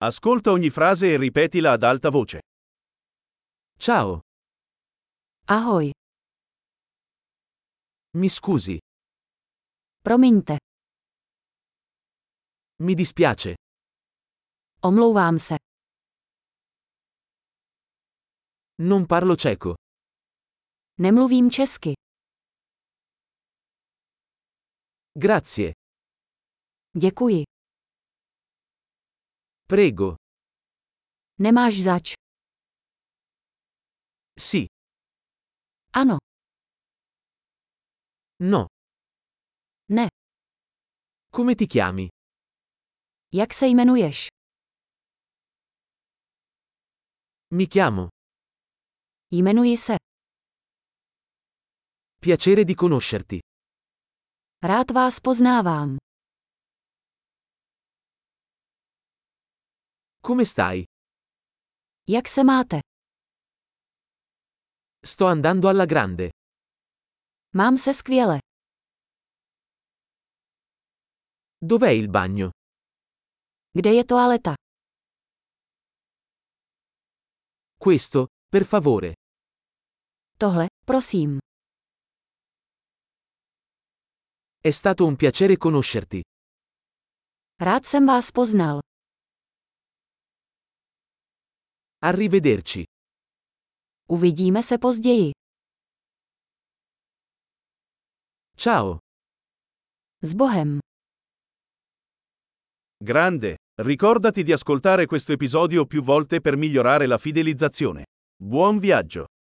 Ascolta ogni frase e ripetila ad alta voce. Ciao, Ahoj, mi scusi, promiňte, mi dispiace, omlouvám se, non parlo ceco. nemluvím česky, Grazie, děkuji, prego, nemáš zač, sì, ano, no. ne, Come ti chiami? jak se jmenuješ, Mi chiamo. jmenuji se, Piacere di conoscerti. rád vás poznávám, Come stai? jak se máte, Sto andando alla grande. mám se skvěle, Dov'è il bagno? kde je toaleta, Questo, per favore. tohle, prosím, È stato un piacere conoscerti. rád jsem vás poznal, Arrivederci. uvidíme se později, Ciao. s Bohem. Grande! Ricordati di ascoltare questo episodio più volte per migliorare la fidelizzazione. Buon viaggio!